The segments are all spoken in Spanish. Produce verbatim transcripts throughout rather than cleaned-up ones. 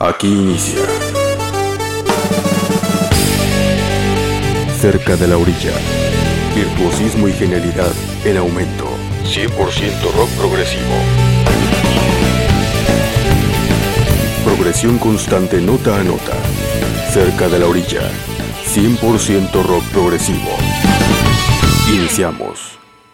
Aquí inicia Cerca de la Orilla. Virtuosismo y genialidad en aumento. cien por ciento rock progresivo. Progresión constante nota a nota. Cerca de la Orilla. cien por ciento rock progresivo. Iniciamos.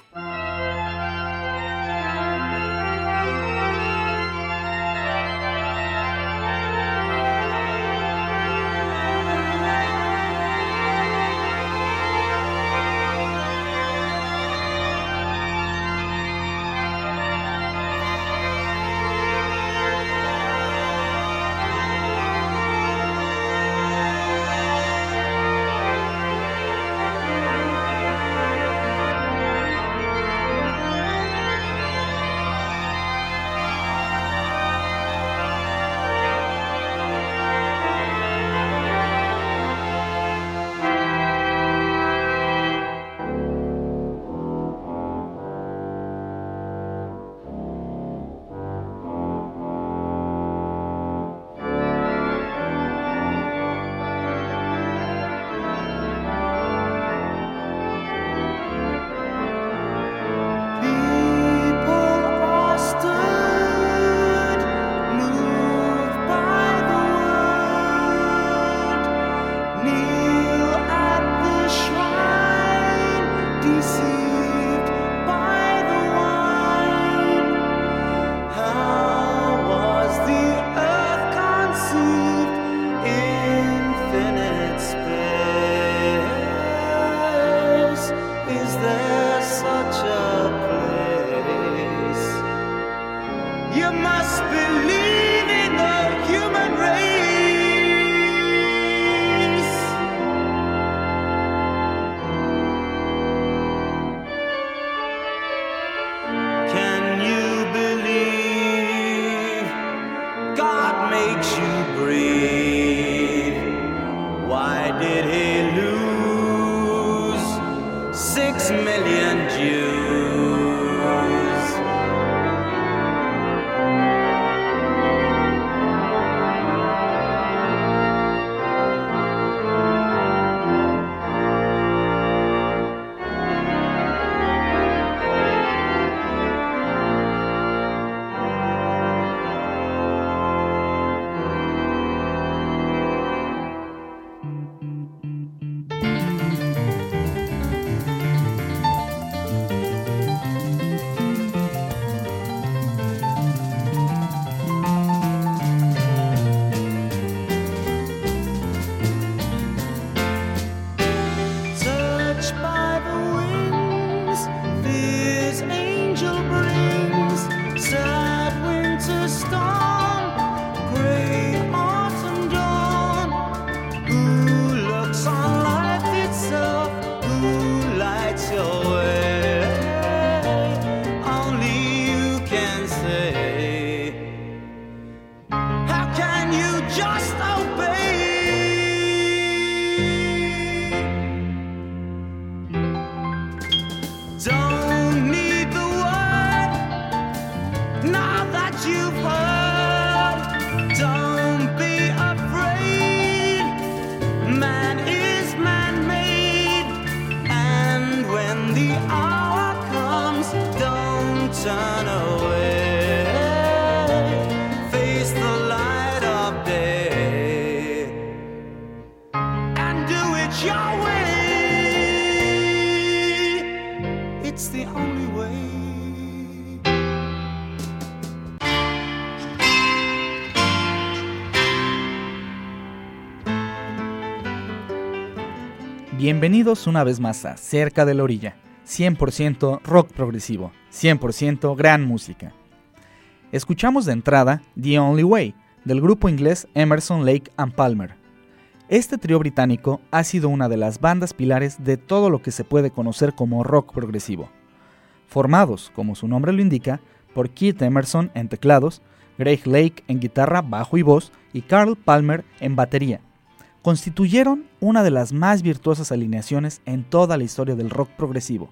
Bienvenidos una vez más a Cerca de la Orilla, cien por ciento rock progresivo, cien por ciento gran música. Escuchamos de entrada The Only Way, del grupo inglés Emerson, Lake and Palmer. Este trío británico ha sido una de las bandas pilares de todo lo que se puede conocer como rock progresivo. Formados, como su nombre lo indica, por Keith Emerson en teclados, Greg Lake en guitarra, bajo y voz, y Carl Palmer en batería, constituyeron una de las más virtuosas alineaciones en toda la historia del rock progresivo.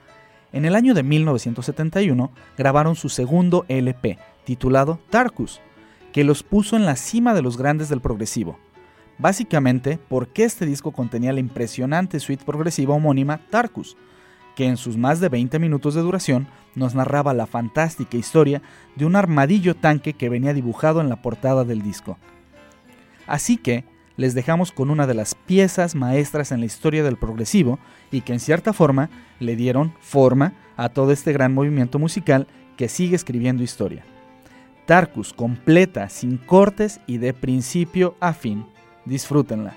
En el año de mil novecientos setenta y uno grabaron su segundo L P, titulado Tarkus, que los puso en la cima de los grandes del progresivo. Básicamente, porque este disco contenía la impresionante suite progresiva homónima Tarkus, que en sus más de veinte minutos de duración nos narraba la fantástica historia de un armadillo tanque que venía dibujado en la portada del disco. Así que les dejamos con una de las piezas maestras en la historia del progresivo y que en cierta forma le dieron forma a todo este gran movimiento musical que sigue escribiendo historia. Tarkus, completa, sin cortes y de principio a fin. Disfrútenla.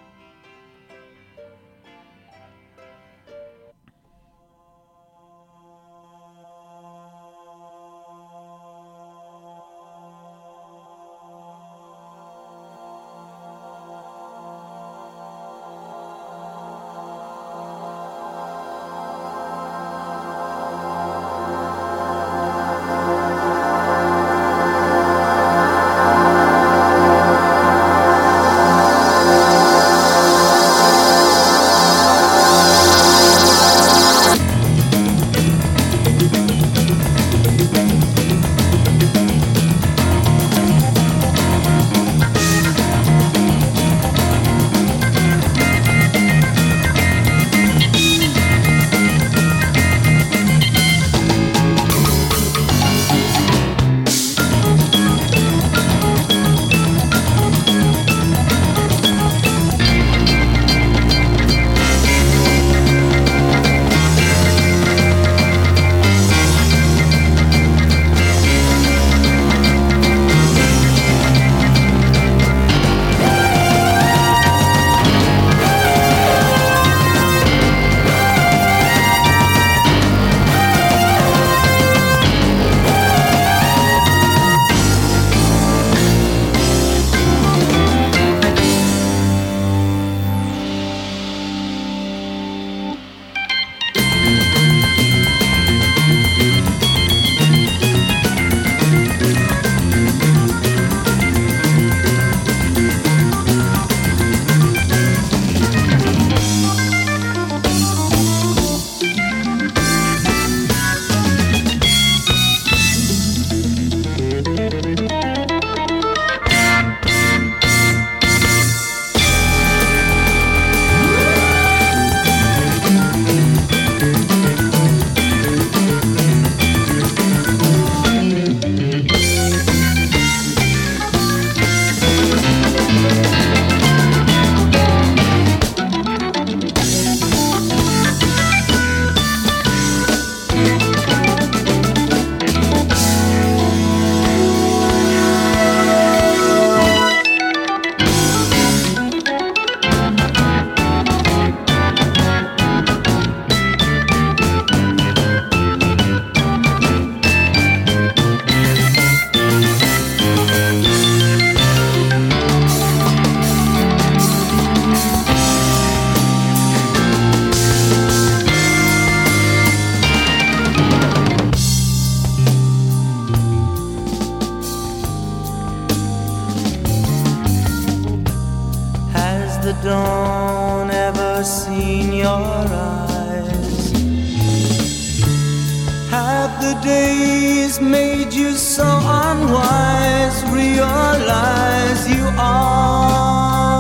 dawn ever seen your eyes? Have the days made you so unwise? Realize you are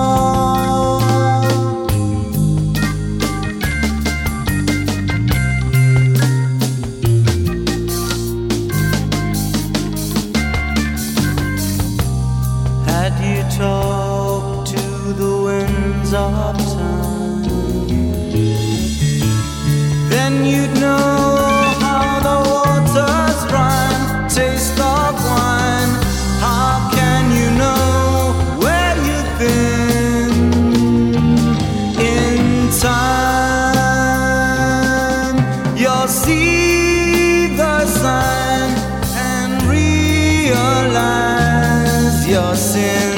had you talked to the winds of time, then you'd know how the waters run, taste of wine. How can you know where you've been in time? You'll see the sign and realize your sin.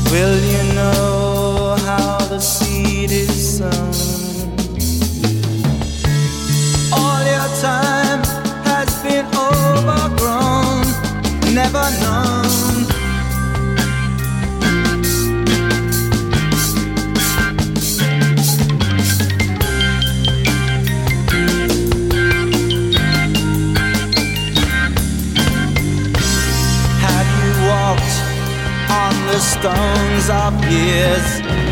Will you know how the seed is sown? All your time has been overgrown, never known. Have you walked on the stones of years?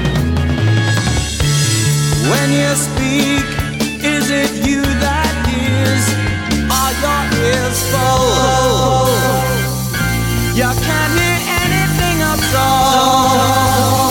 When you speak, is it you that hears? Are your ears full? You can't hear anything at all.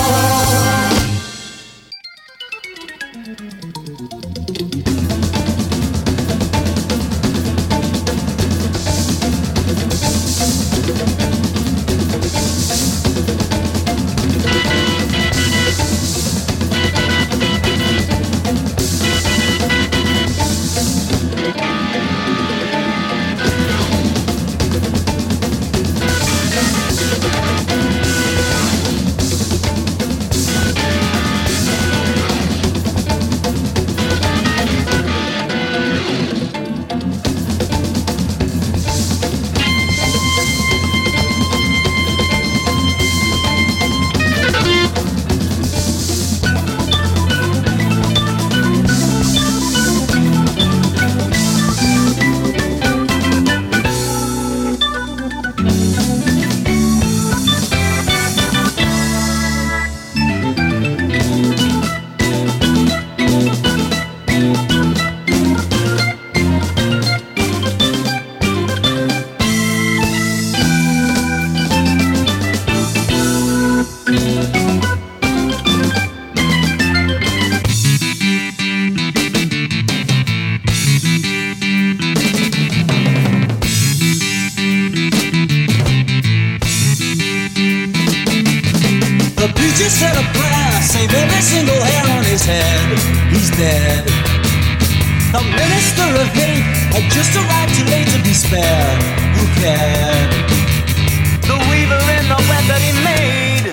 Said a prayer, save every single hair on his head. He's dead. The minister of hate had just arrived too late to be spared. Who cared? The weaver in the web that he made.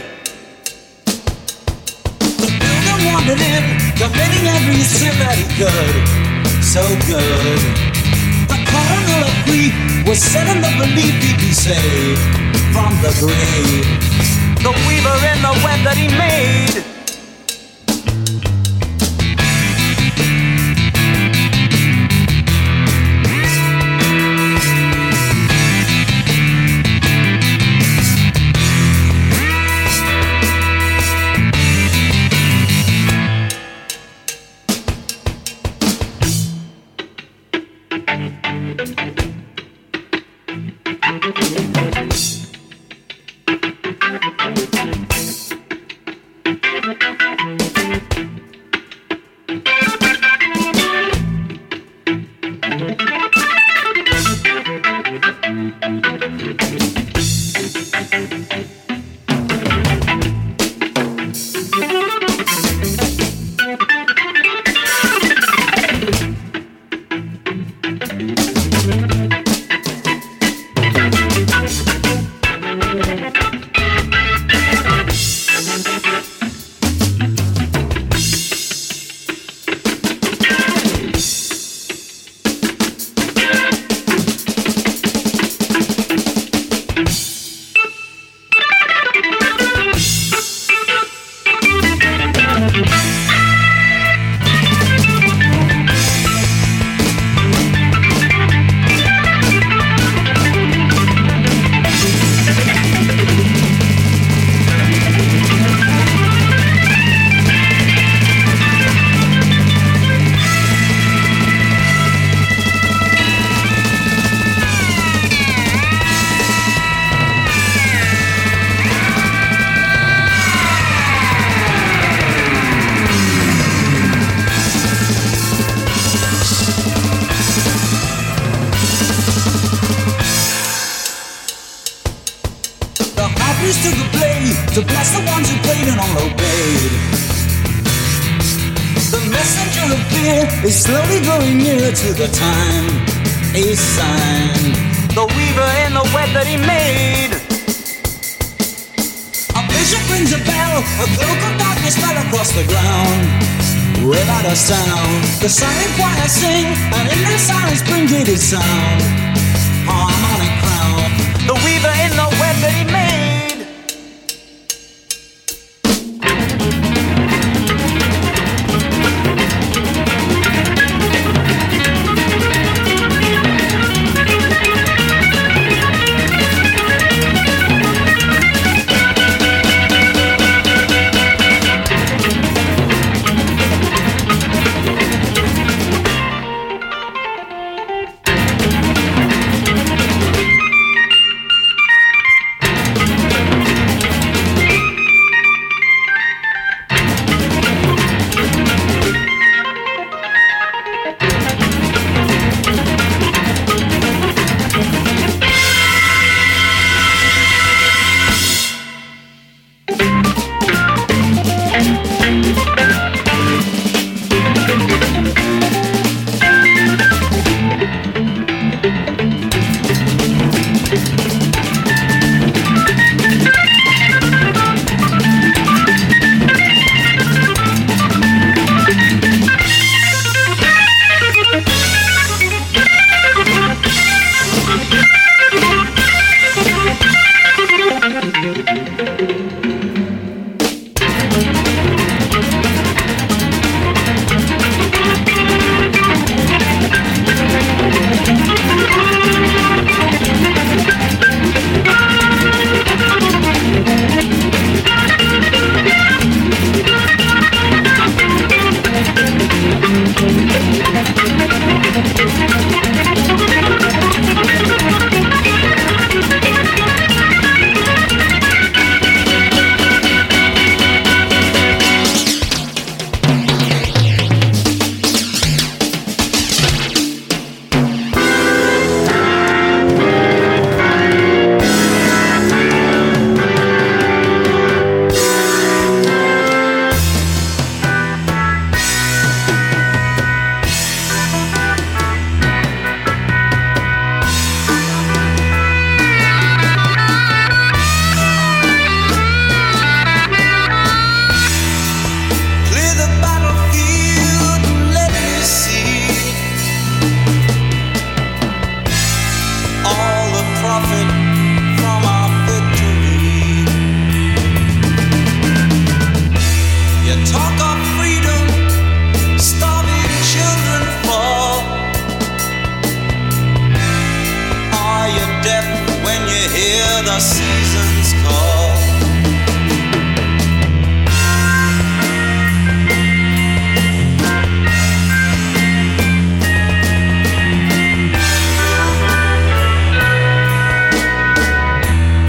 The builder wandered in, committing every sin that he could. So good. The coroner of grief was set in the belief he'd be saved from the grave. The weaver in the web that he made. To the blade, to bless the ones who played and all obeyed. The messenger of fear is slowly growing nearer to the time. A sign, the weaver in the web that he made. A vision rings a bell, a cloak of darkness fell across the ground. Without a sound, the silent choir sing, and in their silence bring greater sound. Harmonic crown, the weaver in the web that he made.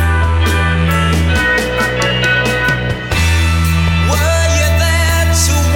Were you there to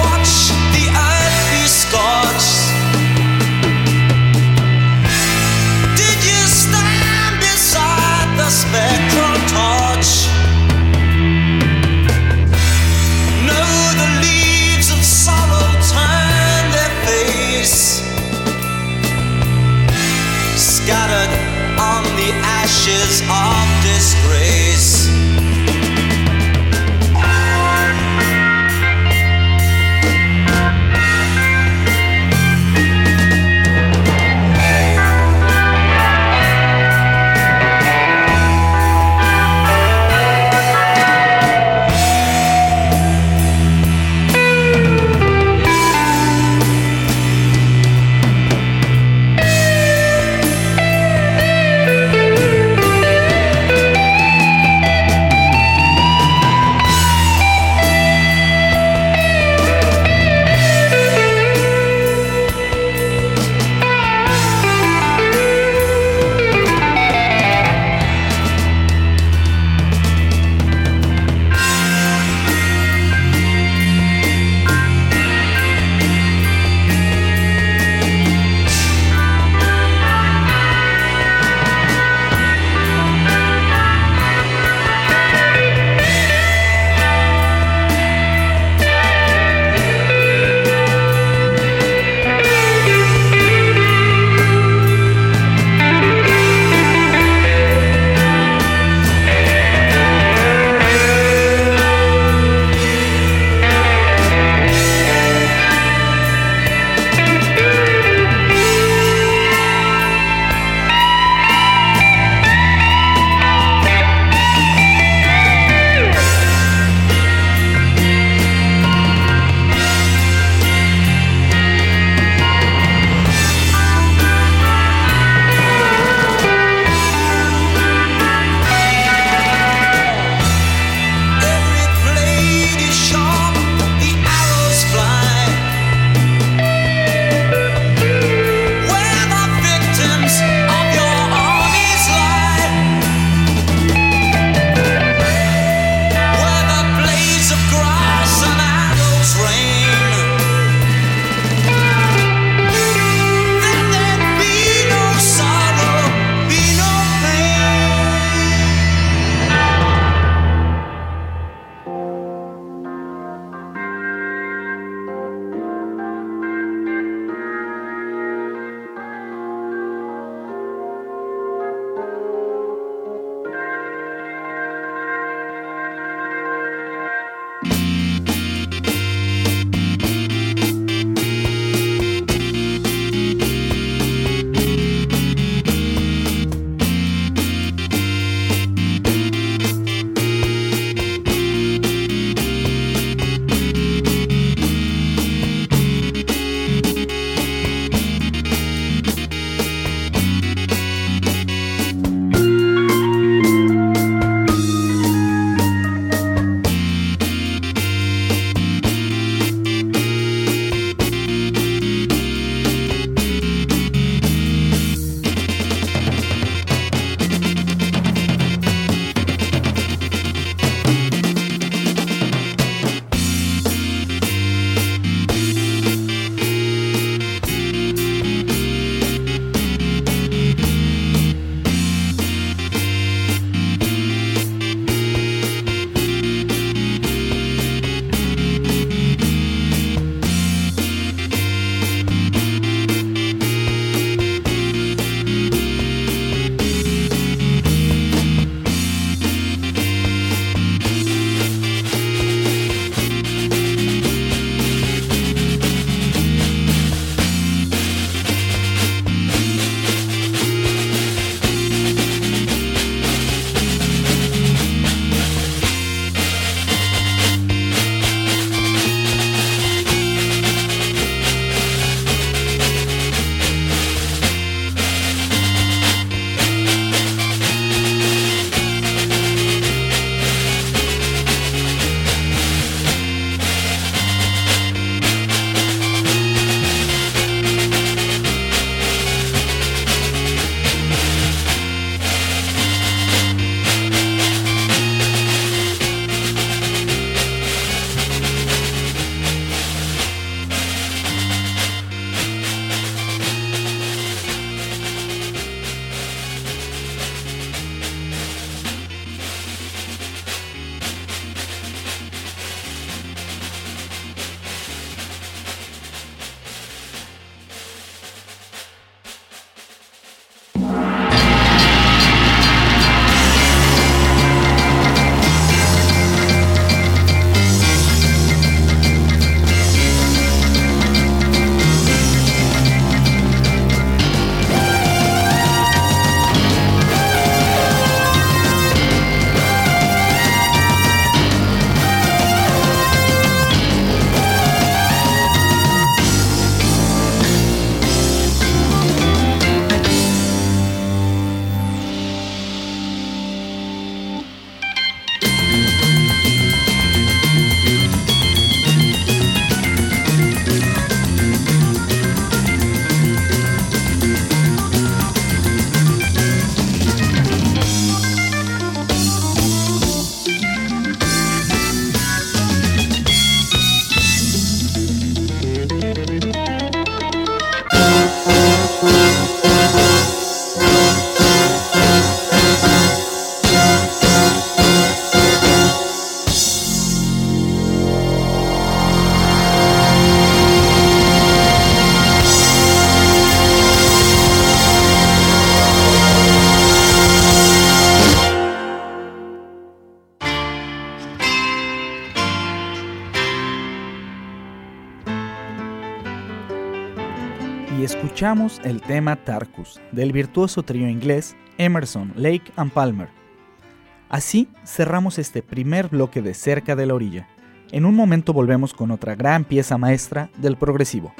y escuchamos el tema Tarkus del virtuoso trío inglés Emerson, Lake and Palmer. Así cerramos este primer bloque de Cerca de la Orilla. En un momento volvemos con otra gran pieza maestra del progresivo.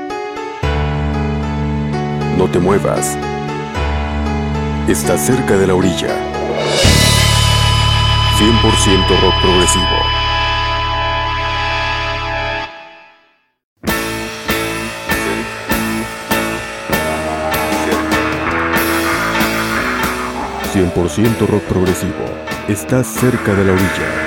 No te muevas. Estás cerca de la orilla. cien por ciento rock progresivo. cien por ciento rock progresivo. Estás cerca de la orilla.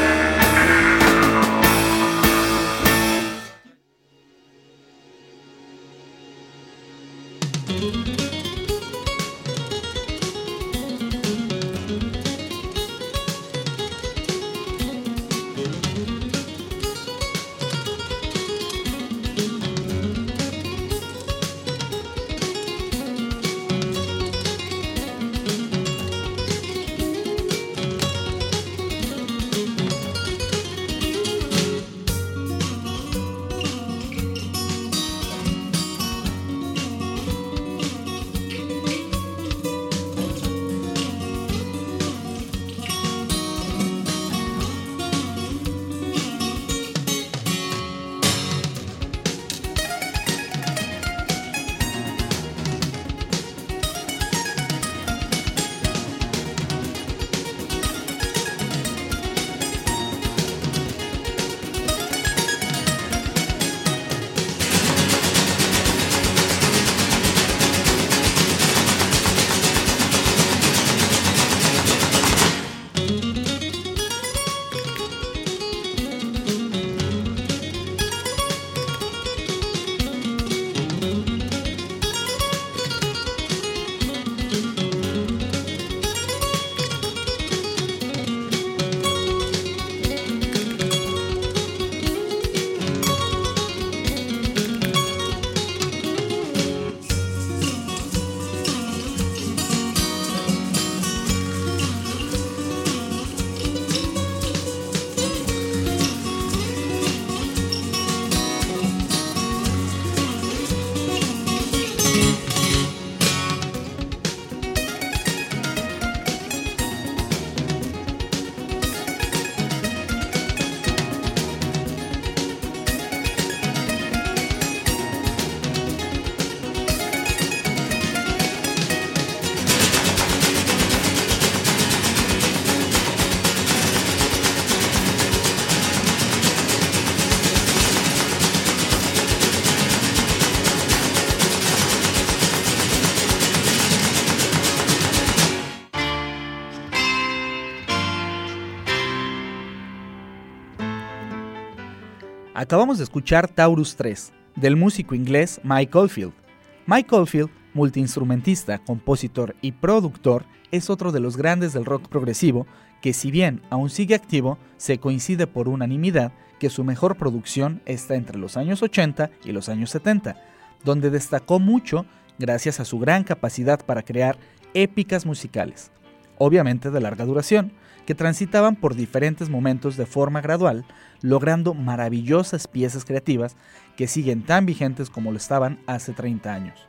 Acabamos de escuchar Taurus tres, del músico inglés Mike Oldfield. Mike Oldfield, multiinstrumentista, compositor y productor, es otro de los grandes del rock progresivo que, si bien aún sigue activo, se coincide por unanimidad que su mejor producción está entre los años ochenta y los años setenta, donde destacó mucho gracias a su gran capacidad para crear épicas musicales, obviamente de larga duración, que transitaban por diferentes momentos de forma gradual, logrando maravillosas piezas creativas que siguen tan vigentes como lo estaban hace treinta años.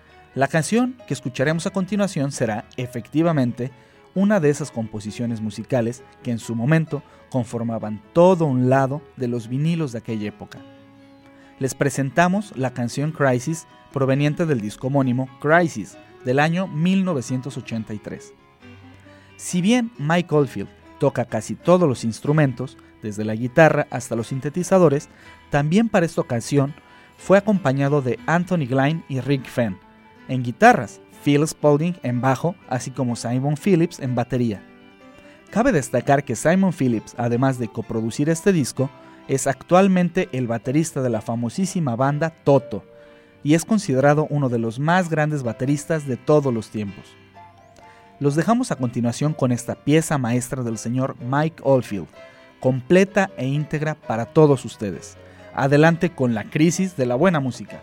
La canción que escucharemos a continuación será, efectivamente, una de esas composiciones musicales que en su momento conformaban todo un lado de los vinilos de aquella época. Les presentamos la canción Crisis, proveniente del disco homónimo Crisis, del año mil novecientos ochenta y tres. Si bien Mike Oldfield toca casi todos los instrumentos, desde la guitarra hasta los sintetizadores, también para esta ocasión fue acompañado de Anthony Glyne y Rick Fenn en guitarras, Phil Spaulding en bajo, así como Simon Phillips en batería. Cabe destacar que Simon Phillips, además de coproducir este disco, es actualmente el baterista de la famosísima banda Toto y es considerado uno de los más grandes bateristas de todos los tiempos. Los dejamos a continuación con esta pieza maestra del señor Mike Oldfield, completa e íntegra para todos ustedes. Adelante con la crisis de la buena música.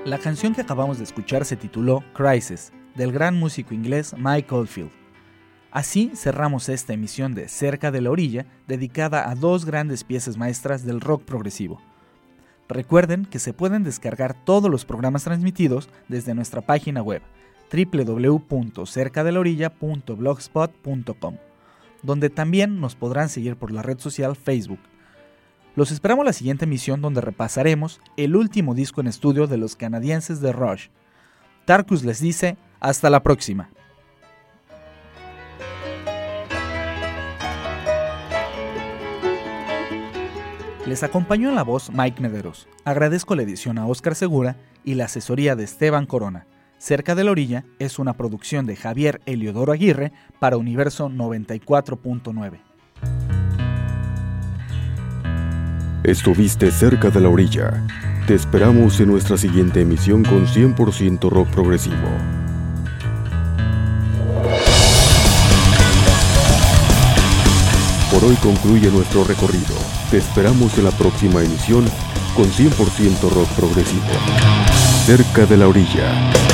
La canción que acabamos de escuchar se tituló Crisis, del gran músico inglés Mike Oldfield. Así cerramos esta emisión de Cerca de la Orilla, dedicada a dos grandes piezas maestras del rock progresivo. Recuerden que se pueden descargar todos los programas transmitidos desde nuestra página web doble u doble u doble u punto cerca de la orilla punto blogspot punto com, donde también nos podrán seguir por la red social Facebook. Los esperamos la siguiente emisión, donde repasaremos el último disco en estudio de los canadienses de Rush. Tarkus les dice hasta la próxima. Les acompañó en la voz Mike Mederos. Agradezco la edición a Óscar Segura y la asesoría de Esteban Corona. Cerca de la Orilla es una producción de Javier Heliodoro Aguirre para Universo noventa y cuatro punto nueve. Estuviste cerca de la orilla. Te esperamos en nuestra siguiente emisión con cien por ciento rock progresivo. Por hoy concluye nuestro recorrido. Te esperamos en la próxima emisión con cien por ciento rock progresivo. Cerca de la orilla.